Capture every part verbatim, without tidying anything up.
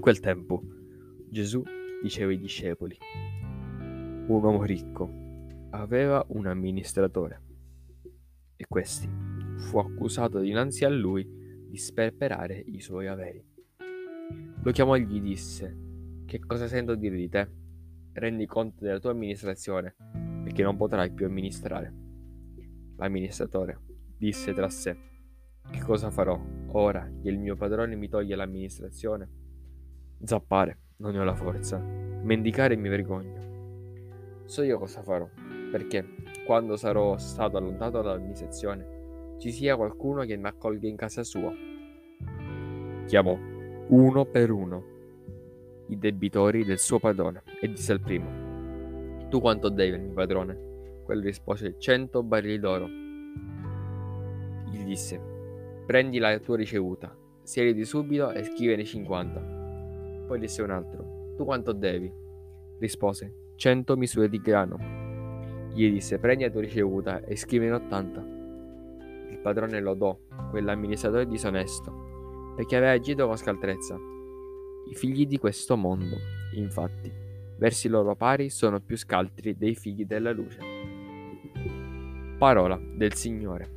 quel tempo Gesù diceva ai discepoli: un uomo ricco aveva un amministratore e questi fu accusato dinanzi a lui di sperperare i suoi averi. Lo chiamò e gli disse: che cosa sento dire di te? Rendi conto della tua amministrazione, perché non potrai più amministrare. L'amministratore disse tra sé: che cosa farò ora che il mio padrone mi toglie l'amministrazione? Zappare, non ne ho la forza. Mendicare mi vergogno. So io cosa farò, perché quando sarò stato allontanato dall'amministrazione ci sia qualcuno che mi accolga in casa sua. Chiamò uno per uno i debitori del suo padrone e disse al primo: tu quanto devi al mio padrone? Quello rispose: cento barili d'oro. Gli disse: prendi la tua ricevuta, siediti subito e scrivene cinquanta. Poi disse un altro: tu quanto devi? Rispose: cento misure di grano. Gli disse: prendi la tua ricevuta e scrivene ottanta. Il padrone lodò quell'amministratore disonesto, perché aveva agito con scaltrezza. I figli di questo mondo, infatti, verso i loro pari sono più scaltri dei figli della luce. Parola del Signore.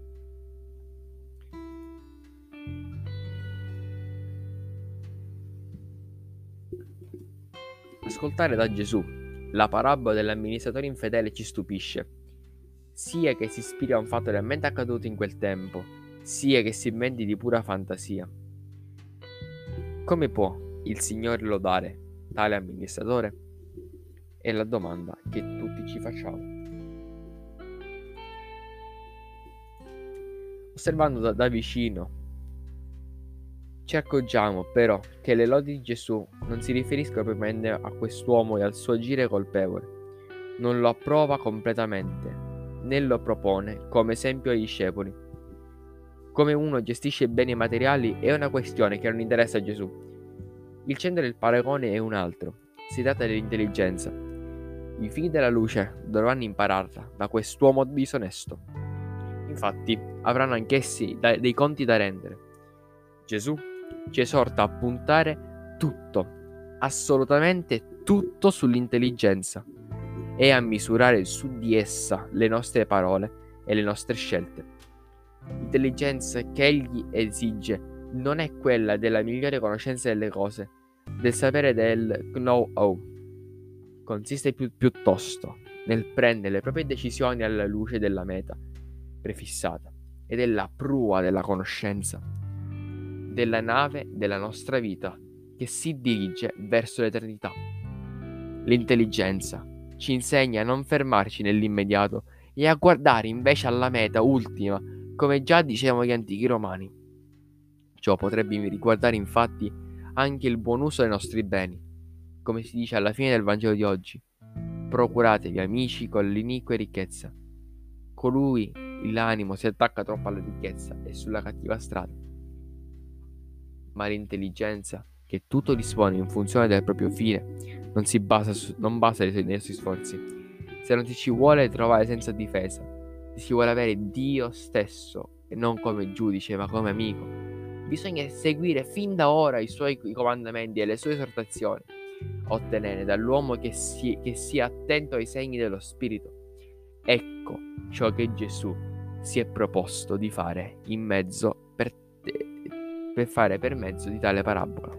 Ascoltare da Gesù la parabola dell'amministratore infedele ci stupisce, sia che si ispiri a un fatto realmente accaduto in quel tempo, sia che si inventi di pura fantasia. Come può il Signore lodare tale amministratore? È la domanda che tutti ci facciamo. Osservando da, da vicino, ci accorgiamo però che le lodi di Gesù non si riferiscono propriamente a quest'uomo e al suo agire colpevole. Non lo approva completamente, né lo propone come esempio ai discepoli. Come uno gestisce i beni materiali è una questione che non interessa a Gesù. Il centro del paragone è un altro. Si tratta dell'intelligenza. I figli della luce dovranno impararla da quest'uomo disonesto. Infatti, avranno anch'essi da- dei conti da rendere. Gesù ci esorta a puntare tutto, assolutamente tutto sull'intelligenza e a misurare su di essa le nostre parole e le nostre scelte. L'intelligenza che egli esige non è quella della migliore conoscenza delle cose, del sapere del know-how. Consiste più, piuttosto nel prendere le proprie decisioni alla luce della meta prefissata e della prua della conoscenza, della nave della nostra vita che si dirige verso l'eternità. L'intelligenza ci insegna a non fermarci nell'immediato e a guardare invece alla meta ultima, come già dicevano gli antichi romani. Ciò potrebbe riguardare infatti anche il buon uso dei nostri beni, come si dice alla fine del Vangelo di oggi: procuratevi amici con l'iniqua ricchezza. Colui l'animo si attacca troppo alla ricchezza e sulla cattiva strada. Ma l'intelligenza, che tutto dispone in funzione del proprio fine, non si basa su, non basa nei nostri sforzi. Se non si ci vuole trovare senza difesa, se si vuole avere Dio stesso e non come giudice ma come amico, bisogna seguire fin da ora i suoi comandamenti e le sue esortazioni, ottenere dall'uomo che, si, che sia attento ai segni dello Spirito. Ecco ciò che Gesù si è proposto di fare in mezzo per, per fare per mezzo di tale parabola.